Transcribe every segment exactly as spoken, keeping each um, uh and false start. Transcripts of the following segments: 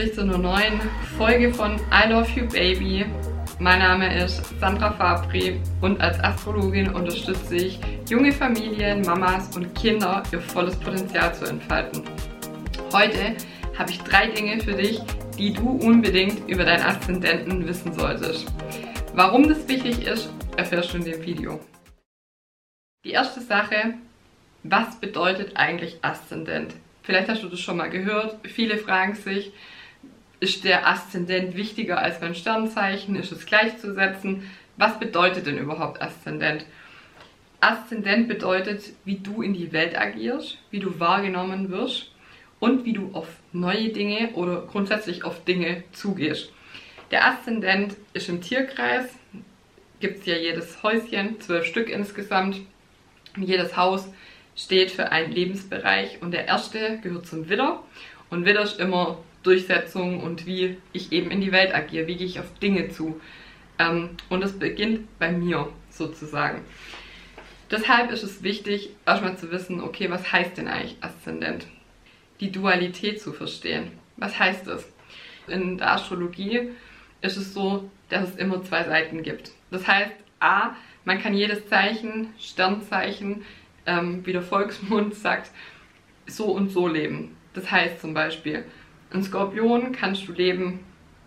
herzlich zu einer neuen Folge von I Love You Baby. Mein Name ist Sandra Fabri und als Astrologin unterstütze ich junge Familien, Mamas und Kinder, ihr volles Potenzial zu entfalten. Heute habe ich drei Dinge für dich, die du unbedingt über deinen Aszendenten wissen solltest. Warum das wichtig ist, erfährst du in dem Video. Die erste Sache: Was bedeutet eigentlich Aszendent? Vielleicht hast du das schon mal gehört. Viele fragen sich, ist der Aszendent wichtiger als mein Sternzeichen? Ist es gleichzusetzen? Was bedeutet denn überhaupt Aszendent? Aszendent bedeutet, wie du in die Welt agierst, wie du wahrgenommen wirst und wie du auf neue Dinge oder grundsätzlich auf Dinge zugehst. Der Aszendent ist im Tierkreis, gibt es ja jedes Häuschen, zwölf Stück insgesamt. Jedes Haus steht für einen Lebensbereich und der erste gehört zum Widder. Und Widder ist immer Durchsetzung und wie ich eben in die Welt agiere, wie gehe ich auf Dinge zu. Und das beginnt bei mir sozusagen. Deshalb ist es wichtig, erstmal zu wissen, okay, was heißt denn eigentlich Aszendent? Die Dualität zu verstehen. Was heißt das? In der Astrologie ist es so, dass es immer zwei Seiten gibt. Das heißt, A, man kann jedes Zeichen, Sternzeichen, ähm, wie der Volksmund sagt, so und so leben. Das heißt zum Beispiel, ein Skorpion kannst du leben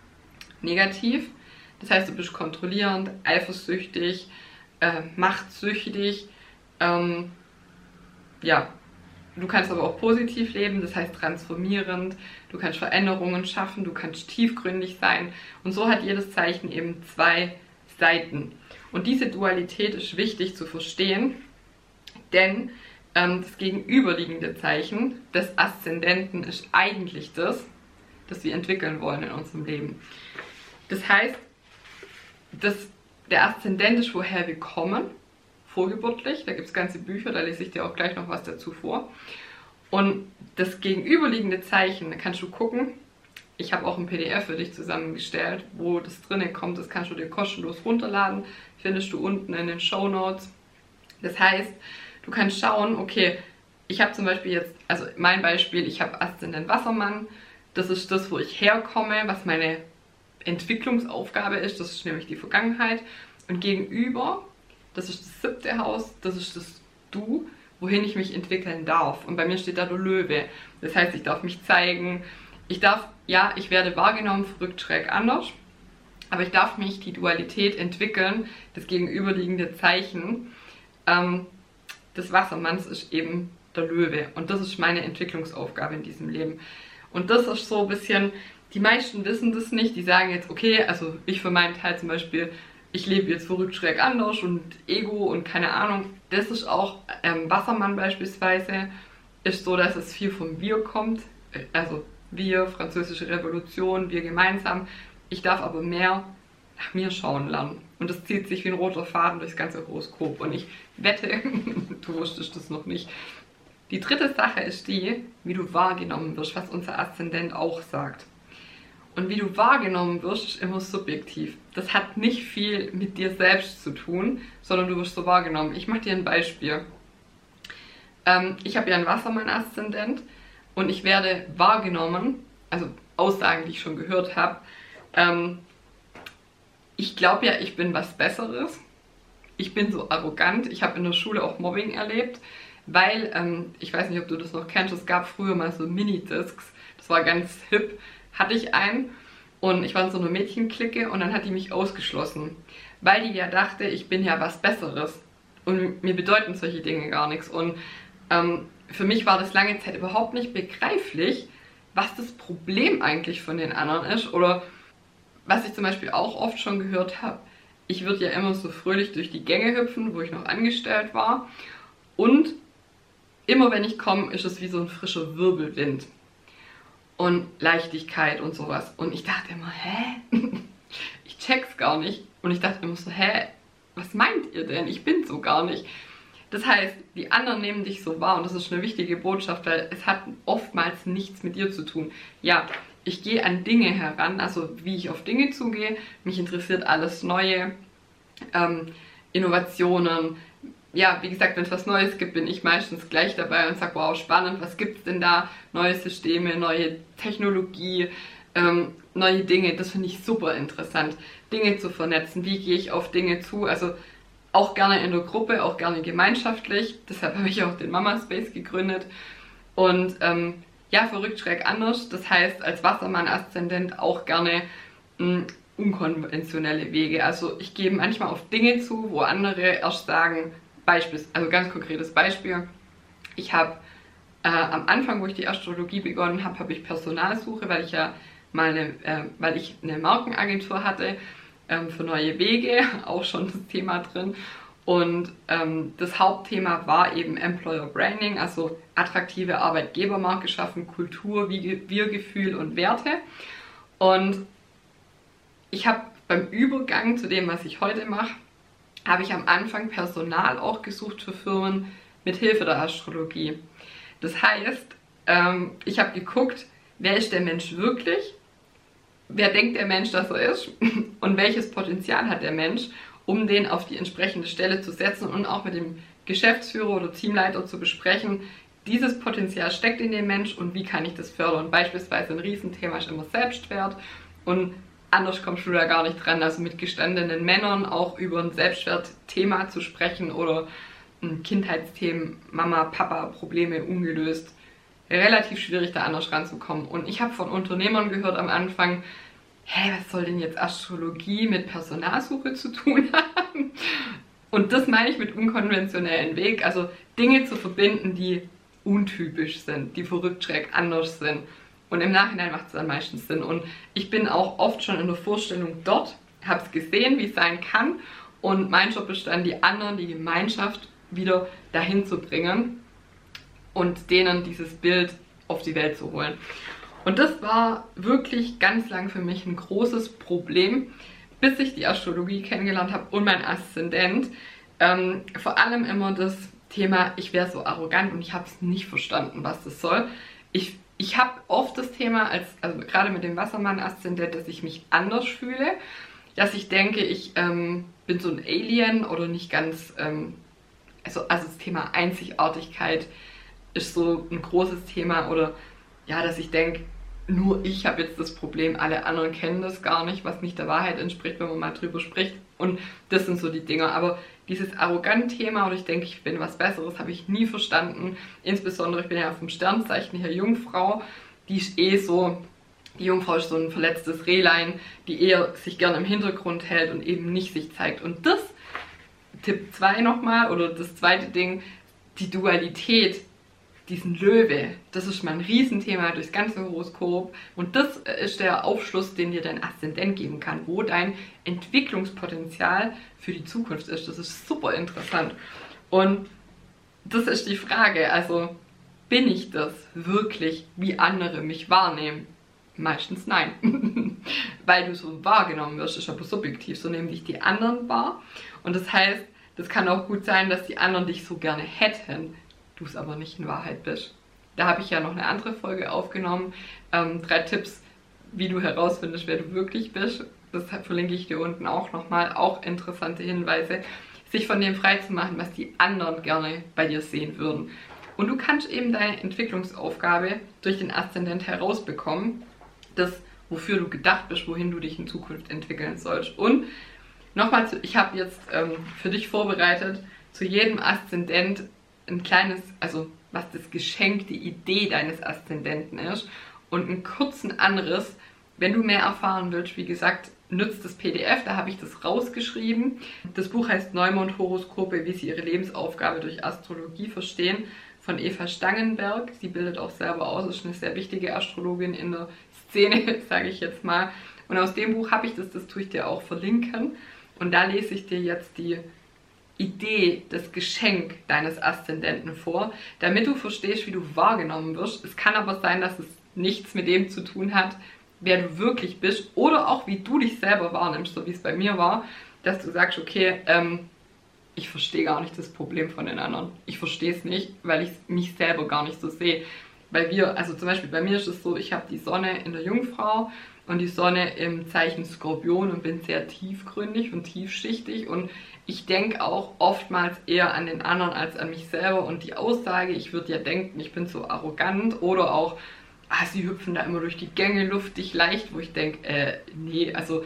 negativ. Das heißt, du bist kontrollierend, eifersüchtig, äh, machtsüchtig. Ähm, ja, du kannst aber auch positiv leben, das heißt transformierend. Du kannst Veränderungen schaffen, du kannst tiefgründig sein. Und so hat jedes Zeichen eben zwei Seiten. Und diese Dualität ist wichtig zu verstehen, denn ähm, das gegenüberliegende Zeichen des Aszendenten ist eigentlich das, das wir entwickeln wollen in unserem Leben. Das heißt, dass der Aszendent ist, woher wir kommen, vorgeburtlich. Da gibt es ganze Bücher, da lese ich dir auch gleich noch was dazu vor. Und das gegenüberliegende Zeichen, da kannst du gucken. Ich habe auch ein P D F für dich zusammengestellt, wo das drinnen kommt. Das kannst du dir kostenlos runterladen. Findest du unten in den Shownotes. Das heißt, du kannst schauen, okay, ich habe zum Beispiel jetzt, also mein Beispiel, ich habe Aszendent Wassermann. Das ist das, wo ich herkomme, was meine Entwicklungsaufgabe ist. Das ist nämlich die Vergangenheit. Und gegenüber, das ist das siebte Haus, das ist das Du, wohin ich mich entwickeln darf. Und bei mir steht da der Löwe. Das heißt, ich darf mich zeigen. Ich darf, ja, ich werde wahrgenommen, verrückt, schräg, anders. Aber ich darf mich die Dualität entwickeln, das gegenüberliegende Zeichen ähm, des Wassermanns ist eben der Löwe. Und das ist meine Entwicklungsaufgabe in diesem Leben. Und das ist so ein bisschen, die meisten wissen das nicht, die sagen jetzt, okay, also ich für meinen Teil zum Beispiel, ich lebe jetzt verrückt, schräg, anders und Ego und keine Ahnung. Das ist auch, ähm, Wassermann beispielsweise, ist so, dass es viel vom Wir kommt, also wir, französische Revolution, wir gemeinsam. Ich darf aber mehr nach mir schauen lernen. Und das zieht sich wie ein roter Faden durchs ganze Horoskop. Und ich wette, du wusstest das noch nicht. Die dritte Sache ist die, wie du wahrgenommen wirst, was unser Aszendent auch sagt. Und wie du wahrgenommen wirst, ist immer subjektiv. Das hat nicht viel mit dir selbst zu tun, sondern du wirst so wahrgenommen. Ich mache dir ein Beispiel. Ähm, ich habe ja einen Wassermann-Aszendent. Und ich werde wahrgenommen, also Aussagen, die ich schon gehört habe, ähm, ich glaube ja, ich bin was Besseres. Ich bin so arrogant. Ich habe in der Schule auch Mobbing erlebt, weil, ähm, ich weiß nicht, ob du das noch kennst, es gab früher mal so Minidiscs, das war ganz hip, hatte ich einen und ich war in so einer Mädchenklicke und dann hat die mich ausgeschlossen, weil die ja dachte, ich bin ja was Besseres und mir bedeuten solche Dinge gar nichts. Und ähm, für mich war das lange Zeit überhaupt nicht begreiflich, was das Problem eigentlich von den anderen ist. Oder was ich zum Beispiel auch oft schon gehört habe, ich würde ja immer so fröhlich durch die Gänge hüpfen, wo ich noch angestellt war. Und immer wenn ich komme, ist es wie so ein frischer Wirbelwind. Und Leichtigkeit und sowas. Und ich dachte immer, hä? Ich check's gar nicht. Und ich dachte immer so, hä? Was meint ihr denn? Ich bin so gar nicht. Das heißt, die anderen nehmen dich so wahr und das ist eine wichtige Botschaft, weil es hat oftmals nichts mit dir zu tun. Ja, ich gehe an Dinge heran, also wie ich auf Dinge zugehe, mich interessiert alles Neue, ähm, Innovationen. Ja, wie gesagt, wenn es was Neues gibt, bin ich meistens gleich dabei und sage, wow, spannend, was gibt es denn da? Neue Systeme, neue Technologie, ähm, neue Dinge, das finde ich super interessant. Dinge zu vernetzen, wie gehe ich auf Dinge zu, also auch gerne in der Gruppe, auch gerne gemeinschaftlich. Deshalb habe ich auch den Mama Space gegründet. Und ähm, ja, verrückt schräg anders. Das heißt, als Wassermann-Aszendent auch gerne mh, unkonventionelle Wege. Also ich gehe manchmal auf Dinge zu, wo andere erst sagen, Beispiel, also ganz konkretes Beispiel. Ich habe äh, am Anfang, wo ich die Astrologie begonnen habe, habe ich Personalsuche, weil ich ja mal eine, äh, weil ich eine Markenagentur hatte, für neue Wege, auch schon das Thema drin. Und ähm, das Hauptthema war eben Employer Branding, also attraktive Arbeitgebermarke schaffen, Kultur, Wir-Gefühl und Werte. Und ich habe beim Übergang zu dem, was ich heute mache, habe ich am Anfang Personal auch gesucht für Firmen mit Hilfe der Astrologie. Das heißt, ähm, ich habe geguckt, wer ist der Mensch wirklich? Wer denkt der Mensch, dass er ist und welches Potenzial hat der Mensch, um den auf die entsprechende Stelle zu setzen und auch mit dem Geschäftsführer oder Teamleiter zu besprechen, dieses Potenzial steckt in dem Mensch und wie kann ich das fördern. Beispielsweise ein Riesenthema ist immer Selbstwert und anders kommst du da gar nicht dran, also mit gestandenen Männern auch über ein Selbstwertthema zu sprechen oder Kindheitsthemen, Mama, Papa, Probleme ungelöst. Relativ schwierig, da anders ranzukommen. Und ich habe von Unternehmern gehört am Anfang, hä, was soll denn jetzt Astrologie mit Personalsuche zu tun haben? Und das meine ich mit unkonventionellen Weg, also Dinge zu verbinden, die untypisch sind, die verrückt schräg anders sind. Und im Nachhinein macht es dann meistens Sinn. Und ich bin auch oft schon in der Vorstellung dort, habe es gesehen, wie es sein kann. Und mein Job ist dann, die anderen, die Gemeinschaft wieder dahin zu bringen und denen dieses Bild auf die Welt zu holen. Und das war wirklich ganz lang für mich ein großes Problem, bis ich die Astrologie kennengelernt habe und mein Aszendent. Ähm, vor allem immer das Thema, ich wäre so arrogant und ich habe es nicht verstanden, was das soll. Ich, ich habe oft das Thema, als, also gerade mit dem Wassermann-Aszendent, dass ich mich anders fühle, dass ich denke, ich ähm, bin so ein Alien oder nicht ganz, ähm, also, also das Thema Einzigartigkeit ist so ein großes Thema oder ja, dass ich denke, nur ich habe jetzt das Problem, alle anderen kennen das gar nicht, was nicht der Wahrheit entspricht, wenn man mal drüber spricht. Und das sind so die Dinger. Aber dieses Arrogant-Thema oder ich denke, ich bin was Besseres, habe ich nie verstanden. Insbesondere, ich bin ja vom Sternzeichen her Jungfrau, die ist eh so, die Jungfrau ist so ein verletztes Rehlein, die eher sich gerne im Hintergrund hält und eben nicht sich zeigt. Und das, Tipp zwei nochmal, oder das zweite Ding, die Dualität, diesen Löwe, das ist mein Riesenthema durchs ganze Horoskop und das ist der Aufschluss, den dir dein Aszendent geben kann, wo dein Entwicklungspotenzial für die Zukunft ist. Das ist super interessant und das ist die Frage, also bin ich das wirklich, wie andere mich wahrnehmen? Meistens nein, weil du so wahrgenommen wirst, ist aber subjektiv, so nehmen dich die anderen wahr und das heißt, das kann auch gut sein, dass die anderen dich so gerne hätten, du es aber nicht in Wahrheit bist. Da habe ich ja noch eine andere Folge aufgenommen. Ähm, drei Tipps, wie du herausfindest, wer du wirklich bist. Das verlinke ich dir unten auch nochmal. Auch interessante Hinweise. Sich von dem frei zu machen, was die anderen gerne bei dir sehen würden. Und du kannst eben deine Entwicklungsaufgabe durch den Aszendent herausbekommen. Das, wofür du gedacht bist, wohin du dich in Zukunft entwickeln sollst. Und nochmal, ich habe jetzt ähm, für dich vorbereitet, zu jedem Aszendent ein kleines, also was das Geschenk, die Idee deines Aszendenten ist und einen kurzen Anriss. Wenn du mehr erfahren willst, wie gesagt, nutzt das P D F, da habe ich das rausgeschrieben. Das Buch heißt Neumond-Horoskope, wie sie ihre Lebensaufgabe durch Astrologie verstehen, von Eva Stangenberg. Sie bildet auch selber aus, ist eine sehr wichtige Astrologin in der Szene, sage ich jetzt mal. Und aus dem Buch habe ich das, das tue ich dir auch verlinken. Und da lese ich dir jetzt die Idee, das Geschenk deines Aszendenten vor, damit du verstehst, wie du wahrgenommen wirst. Es kann aber sein, dass es nichts mit dem zu tun hat, wer du wirklich bist oder auch wie du dich selber wahrnimmst, so wie es bei mir war, dass du sagst, okay, ähm, ich verstehe gar nicht das Problem von den anderen. Ich verstehe es nicht, weil ich mich selber gar nicht so sehe. Weil wir, also zum Beispiel bei mir ist es so, ich habe die Sonne in der Jungfrau und die Sonne im Zeichen Skorpion und bin sehr tiefgründig und tiefschichtig und ich denke auch oftmals eher an den anderen als an mich selber und die Aussage, ich würde ja denken, ich bin so arrogant oder auch ah, sie hüpfen da immer durch die Gänge luftig leicht, wo ich denke, äh, nee, also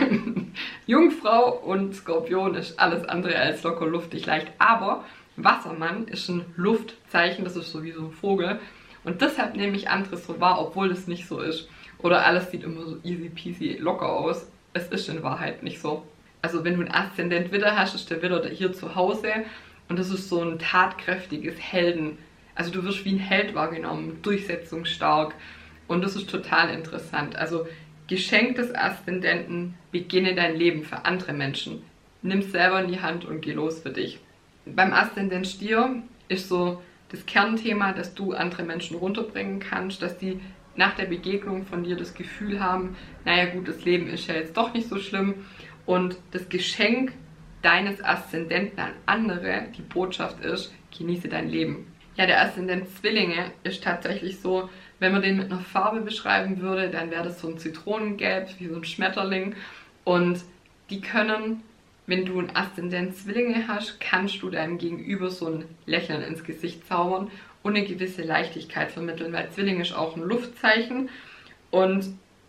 Jungfrau und Skorpion ist alles andere als locker luftig leicht, aber Wassermann ist ein Luftzeichen, das ist so wie so ein Vogel und deshalb nehme ich anderes so wahr, obwohl das nicht so ist. Oder alles sieht immer so easy peasy locker aus. Es ist in Wahrheit nicht so. Also wenn du einen Aszendent Widder hast, ist der Widder hier zu Hause und das ist so ein tatkräftiges Helden. Also du wirst wie ein Held wahrgenommen, durchsetzungsstark und das ist total interessant. Also Geschenk des Aszendenten, beginne dein Leben für andere Menschen. Nimm es selber in die Hand und geh los für dich. Beim Aszendent Stier ist so das Kernthema, dass du andere Menschen runterbringen kannst, dass die nach der Begegnung von dir das Gefühl haben, naja gut, das Leben ist ja jetzt doch nicht so schlimm und das Geschenk deines Aszendenten an andere, die Botschaft ist, genieße dein Leben. Ja, der Aszendent Zwillinge ist tatsächlich so, wenn man den mit einer Farbe beschreiben würde, dann wäre das so ein Zitronengelb, wie so ein Schmetterling und die können, wenn du einen Aszendent Zwillinge hast, kannst du deinem Gegenüber so ein Lächeln ins Gesicht zaubern und eine gewisse Leichtigkeit vermitteln, weil Zwilling ist auch ein Luftzeichen und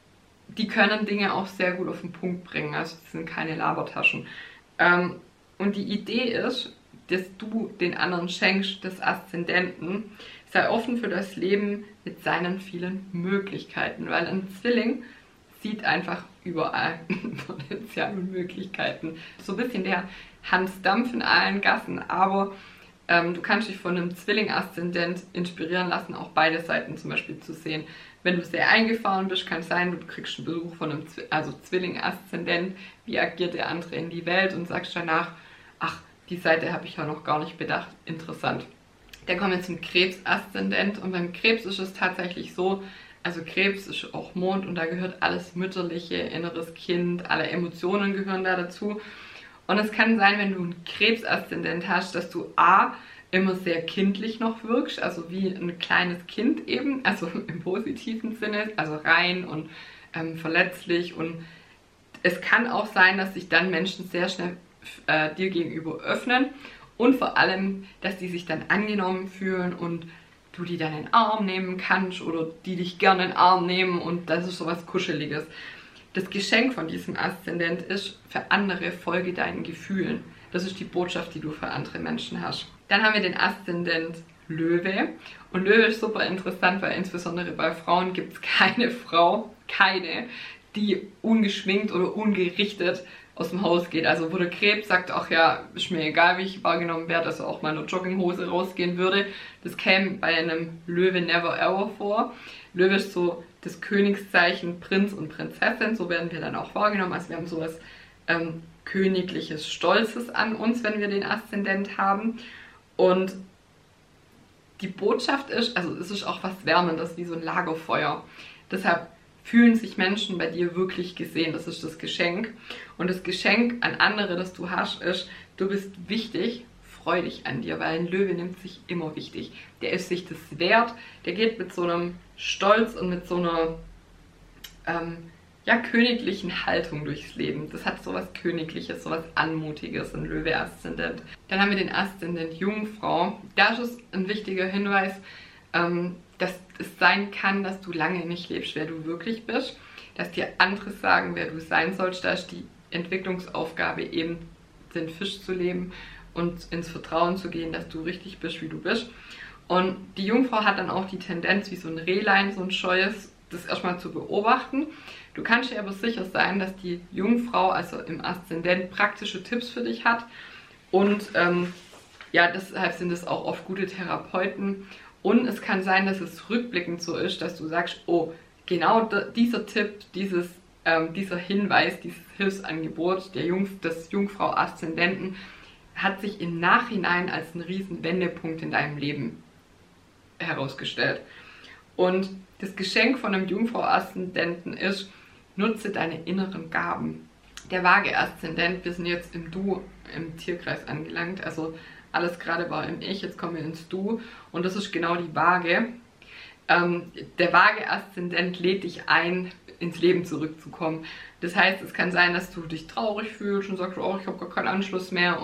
die können Dinge auch sehr gut auf den Punkt bringen, also das sind keine Labertaschen. Ähm, und die Idee ist, dass du den anderen schenkst, des Aszendenten, sei offen für das Leben mit seinen vielen Möglichkeiten, weil ein Zwilling sieht einfach überall Potenzial und Möglichkeiten. So ein bisschen der Hans Dampf in allen Gassen, aber ähm, du kannst dich von einem Zwilling-Aszendent inspirieren lassen, auch beide Seiten zum Beispiel zu sehen. Wenn du sehr eingefahren bist, kann es sein, du kriegst einen Besuch von einem Zwi also Zwilling-Aszendent, wie agiert der andere in die Welt und sagst danach, ach, die Seite habe ich ja noch gar nicht bedacht, interessant. Dann kommen wir zum Krebs-Aszendent und beim Krebs ist es tatsächlich so, also Krebs ist auch Mond und da gehört alles Mütterliche, inneres Kind, alle Emotionen gehören da dazu. Und es kann sein, wenn du einen Krebs-Aszendent hast, dass du a. immer sehr kindlich noch wirkst, also wie ein kleines Kind eben, also im positiven Sinne, also rein und ähm, verletzlich und es kann auch sein, dass sich dann Menschen sehr schnell äh, dir gegenüber öffnen und vor allem, dass die sich dann angenommen fühlen und du die dann in den Arm nehmen kannst oder die dich gerne in den Arm nehmen und das ist so was Kuscheliges. Das Geschenk von diesem Aszendent ist, für andere folge deinen Gefühlen. Das ist die Botschaft, die du für andere Menschen hast. Dann haben wir den Aszendent Löwe. Und Löwe ist super interessant, weil insbesondere bei Frauen gibt es keine Frau, keine, die ungeschminkt oder ungerichtet aus dem Haus geht. Also wo der Krebs sagt, ach ja, ist mir egal, wie ich wahrgenommen werde, dass er auch mal in der Jogginghose rausgehen würde. Das käme bei einem Löwe never ever vor. Löwe ist so das Königszeichen Prinz und Prinzessin, so werden wir dann auch wahrgenommen. Also wir haben sowas ähm, königliches Stolzes an uns, wenn wir den Aszendent haben. Und die Botschaft ist, also es ist auch was Wärmendes, wie so ein Lagerfeuer. Deshalb fühlen sich Menschen bei dir wirklich gesehen. Das ist das Geschenk. Und das Geschenk an andere, das du hast, ist, du bist wichtig, freu dich an dir, weil ein Löwe nimmt sich immer wichtig. Der ist sich das wert, der geht mit so einem Stolz und mit so einer ähm, ja, königlichen Haltung durchs Leben. Das hat sowas Königliches, sowas Anmutiges, ein Löwe-Aszendent. Dann haben wir den Aszendent Jungfrau. Da ist es ein wichtiger Hinweis, ähm, dass es sein kann, dass du lange nicht lebst, wer du wirklich bist, dass dir andere sagen, wer du sein sollst. Da ist die Entwicklungsaufgabe eben, den Fisch zu leben und ins Vertrauen zu gehen, dass du richtig bist, wie du bist. Und die Jungfrau hat dann auch die Tendenz, wie so ein Rehlein, so ein scheues, das erstmal zu beobachten. Du kannst dir aber sicher sein, dass die Jungfrau, also im Aszendent, praktische Tipps für dich hat. Und ähm, ja, deshalb sind es auch oft gute Therapeuten. Und es kann sein, dass es rückblickend so ist, dass du sagst, oh, genau dieser Tipp, dieses, ähm, dieser Hinweis, dieses Hilfsangebot der Jungf des Jungfrau-Aszendenten hat sich im Nachhinein als ein riesen Wendepunkt in deinem Leben herausgestellt. Und das Geschenk von einem Jungfrau-Aszendenten ist, nutze deine inneren Gaben. Der Waage-Aszendent, wir sind jetzt im Du, im Tierkreis angelangt, also alles gerade war im Ich, jetzt kommen wir ins Du und das ist genau die Waage. Ähm, der Waage-Aszendent lädt dich ein, ins Leben zurückzukommen. Das heißt, es kann sein, dass du dich traurig fühlst und sagst, oh, ich habe gar keinen Anschluss mehr und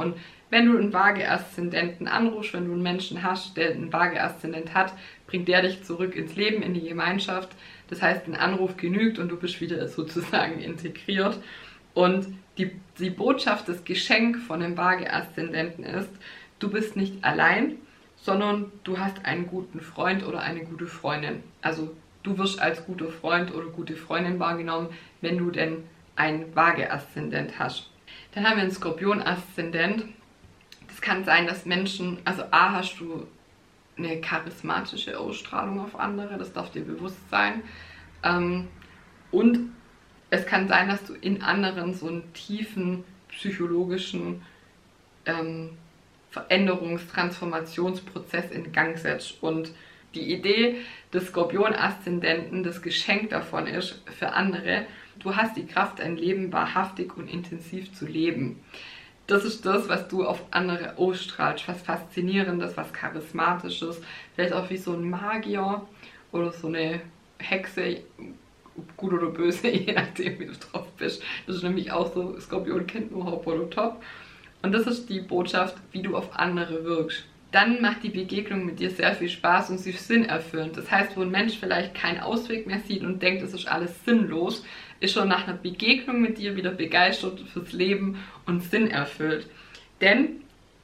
Wenn du einen Waage-Aszendenten anrufst, wenn du einen Menschen hast, der einen Waage-Aszendent hat, bringt der dich zurück ins Leben, in die Gemeinschaft. Das heißt, ein Anruf genügt und du bist wieder sozusagen integriert. Und die, die Botschaft, das Geschenk von dem Waage-Aszendenten ist, du bist nicht allein, sondern du hast einen guten Freund oder eine gute Freundin. Also du wirst als guter Freund oder gute Freundin wahrgenommen, wenn du denn einen Waage-Aszendent hast. Dann haben wir einen Skorpion-Aszendent. Es kann sein, dass Menschen, also A, hast du eine charismatische Ausstrahlung auf andere, das darf dir bewusst sein. Ähm, und es kann sein, dass du in anderen so einen tiefen psychologischen ähm, Veränderungs-, Transformationsprozess in Gang setzt. Und die Idee des Skorpion-Aszendenten, das Geschenk davon ist für andere, du hast die Kraft, dein Leben wahrhaftig und intensiv zu leben. Das ist das, was du auf andere ausstrahlst, was Faszinierendes, was Charismatisches, vielleicht auch wie so ein Magier oder so eine Hexe, gut oder böse, je nachdem, wie du drauf bist. Das ist nämlich auch so, Skorpion kennt nur Haupt oder Top. Und das ist die Botschaft, wie du auf andere wirkst. Dann macht die Begegnung mit dir sehr viel Spaß und sie ist sinnerfüllend. Das heißt, wo ein Mensch vielleicht keinen Ausweg mehr sieht und denkt, es ist alles sinnlos, ist schon nach einer Begegnung mit dir wieder begeistert fürs Leben und sinnerfüllt. Denn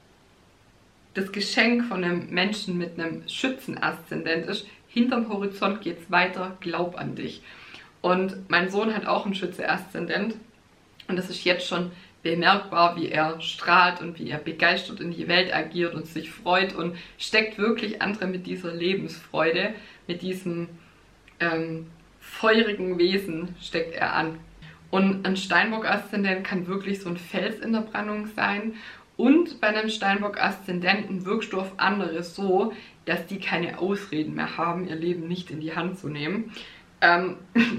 das Geschenk von einem Menschen mit einem Schützen-Aszendent ist, hinterm Horizont geht's weiter, glaub an dich. Und mein Sohn hat auch einen Schütze-Aszendent und das ist jetzt schon bemerkbar, wie er strahlt und wie er begeistert in die Welt agiert und sich freut und steckt wirklich andere mit dieser Lebensfreude, mit diesem ähm, feurigen Wesen steckt er an. Und ein Steinbock-Aszendent kann wirklich so ein Fels in der Brandung sein. Und bei einem Steinbock-Aszendenten wirkst du auf andere so, dass die keine Ausreden mehr haben, ihr Leben nicht in die Hand zu nehmen. Ähm,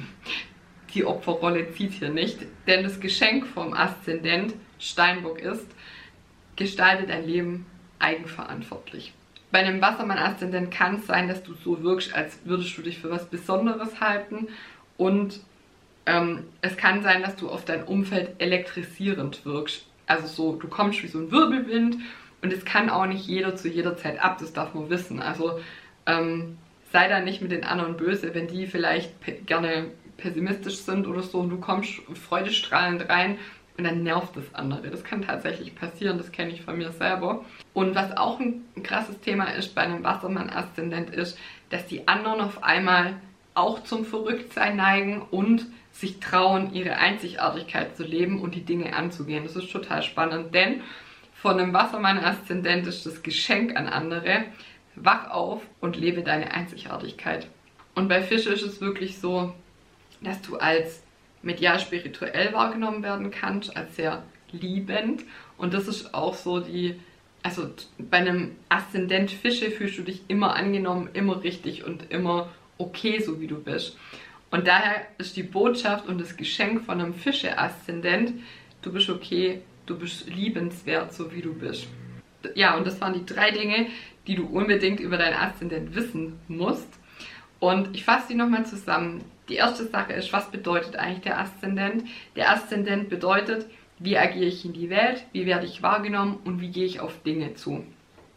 die Opferrolle zieht hier nicht, denn das Geschenk vom Aszendent Steinbock ist, gestalte dein Leben eigenverantwortlich. Bei einem Wassermann-Aszendent kann es sein, dass du so wirkst, als würdest du dich für was Besonderes halten und ähm, es kann sein, dass du auf dein Umfeld elektrisierend wirkst. Also so, du kommst wie so ein Wirbelwind und es kann auch nicht jeder zu jeder Zeit ab, das darf man wissen. Also ähm, sei da nicht mit den anderen böse, wenn die vielleicht pe- gerne pessimistisch sind oder so und du kommst freudestrahlend rein und dann nervt das andere. Das kann tatsächlich passieren, das kenne ich von mir selber. Und was auch ein krasses Thema ist bei einem Wassermann-Aszendent ist, dass die anderen auf einmal auch zum Verrücktsein neigen und sich trauen, ihre Einzigartigkeit zu leben und die Dinge anzugehen. Das ist total spannend, denn von einem Wassermann-Aszendent ist das Geschenk an andere: wach auf und lebe deine Einzigartigkeit. Und bei Fische ist es wirklich so, dass du als medial spirituell wahrgenommen werden kannst, als sehr liebend. Und das ist auch so die, also bei einem Aszendent Fische fühlst du dich immer angenommen, immer richtig und immer okay, so wie du bist. Und daher ist die Botschaft und das Geschenk von einem Fische-Aszendent: du bist okay, du bist liebenswert, so wie du bist. Ja, und das waren die drei Dinge, die du unbedingt über deinen Aszendent wissen musst. Und ich fasse die nochmal zusammen. Die erste Sache ist, was bedeutet eigentlich der Aszendent? Der Aszendent bedeutet, wie agiere ich in die Welt, wie werde ich wahrgenommen und wie gehe ich auf Dinge zu.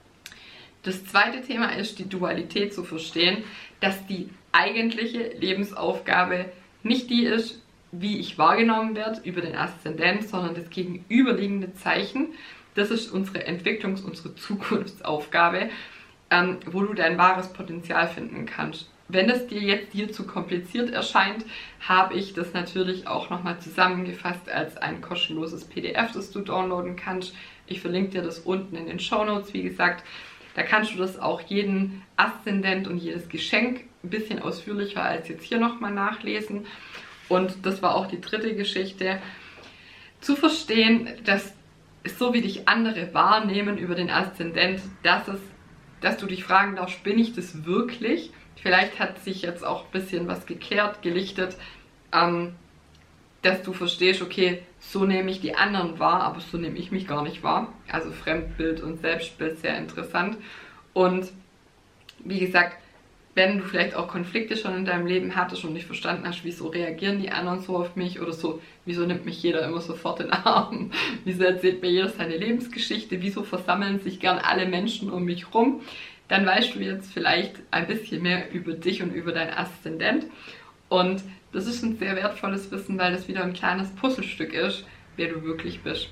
Das zweite Thema ist, die Dualität zu verstehen, dass die eigentliche Lebensaufgabe nicht die ist, wie ich wahrgenommen werde über den Aszendent, sondern das gegenüberliegende Zeichen. Das ist unsere Entwicklungs-, unsere Zukunftsaufgabe, ähm, wo du dein wahres Potenzial finden kannst. Wenn es dir jetzt hier zu kompliziert erscheint, habe ich das natürlich auch nochmal zusammengefasst als ein kostenloses P D F, das du downloaden kannst. Ich verlinke dir das unten in den Shownotes, wie gesagt. Da kannst du das auch jeden Aszendent und jedes Geschenk ein bisschen ausführlicher als jetzt hier nochmal nachlesen. Und das war auch die dritte Geschichte. Zu verstehen, dass so wie dich andere wahrnehmen über den Aszendent, dass, es, dass du dich fragen darfst, bin ich das wirklich? Vielleicht hat sich jetzt auch ein bisschen was geklärt, gelichtet, ähm, dass du verstehst, okay, so nehme ich die anderen wahr, aber so nehme ich mich gar nicht wahr. Also Fremdbild und Selbstbild, sehr interessant. Und wie gesagt, wenn du vielleicht auch Konflikte schon in deinem Leben hattest und nicht verstanden hast, wieso reagieren die anderen so auf mich oder so, wieso nimmt mich jeder immer sofort in den Arm, wieso erzählt mir jeder seine Lebensgeschichte, wieso versammeln sich gern alle Menschen um mich rum, dann weißt du jetzt vielleicht ein bisschen mehr über dich und über deinen Aszendent. Und das ist ein sehr wertvolles Wissen, weil das wieder ein kleines Puzzlestück ist, wer du wirklich bist.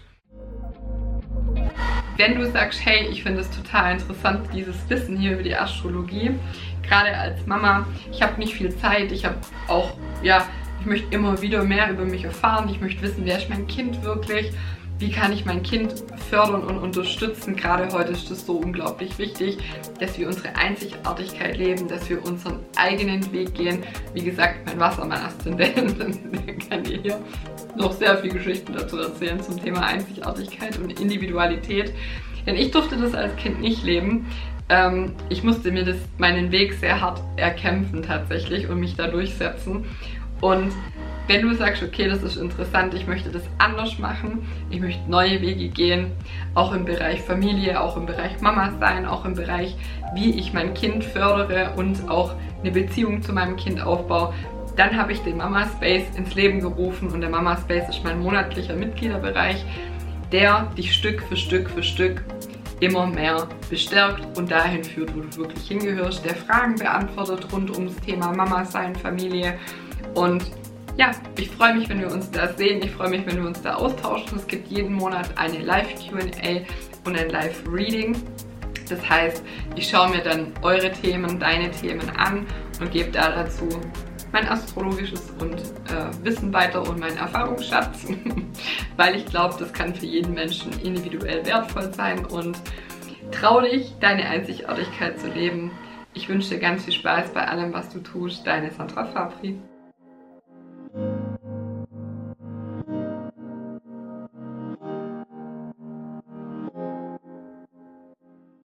Wenn du sagst, hey, ich finde es total interessant, dieses Wissen hier über die Astrologie, gerade als Mama, ich habe nicht viel Zeit, ich habe auch, ja, ich möchte immer wieder mehr über mich erfahren, ich möchte wissen, wer ist mein Kind wirklich, wie kann ich mein Kind fördern und unterstützen. Gerade heute ist das so unglaublich wichtig, dass wir unsere Einzigartigkeit leben, dass wir unseren eigenen Weg gehen. Wie gesagt, mein Wasser, mein Aszendent, kann dir hier noch sehr viele Geschichten dazu erzählen zum Thema Einzigartigkeit und Individualität. Denn ich durfte das als Kind nicht leben. Ähm, ich musste mir das, meinen Weg sehr hart erkämpfen tatsächlich und mich da durchsetzen. Und wenn du sagst, okay, das ist interessant, ich möchte das anders machen, ich möchte neue Wege gehen, auch im Bereich Familie, auch im Bereich Mama sein, auch im Bereich, wie ich mein Kind fördere und auch eine Beziehung zu meinem Kind aufbaue, dann habe ich den Mama Space ins Leben gerufen und der Mama Space ist mein monatlicher Mitgliederbereich, der dich Stück für Stück für Stück immer mehr bestärkt und dahin führt, wo du wirklich hingehörst, der Fragen beantwortet rund ums Thema Mama sein, Familie. Und ja, ich freue mich, wenn wir uns da sehen, ich freue mich, wenn wir uns da austauschen. Es gibt jeden Monat eine Live-Q and A und ein Live-Reading. Das heißt, ich schaue mir dann eure Themen, deine Themen an und gebe da dazu mein astrologisches und äh, Wissen weiter und meinen Erfahrungsschatz, weil ich glaube, das kann für jeden Menschen individuell wertvoll sein und trau dich, deine Einzigartigkeit zu leben. Ich wünsche dir ganz viel Spaß bei allem, was du tust. Deine Sandra Fabri.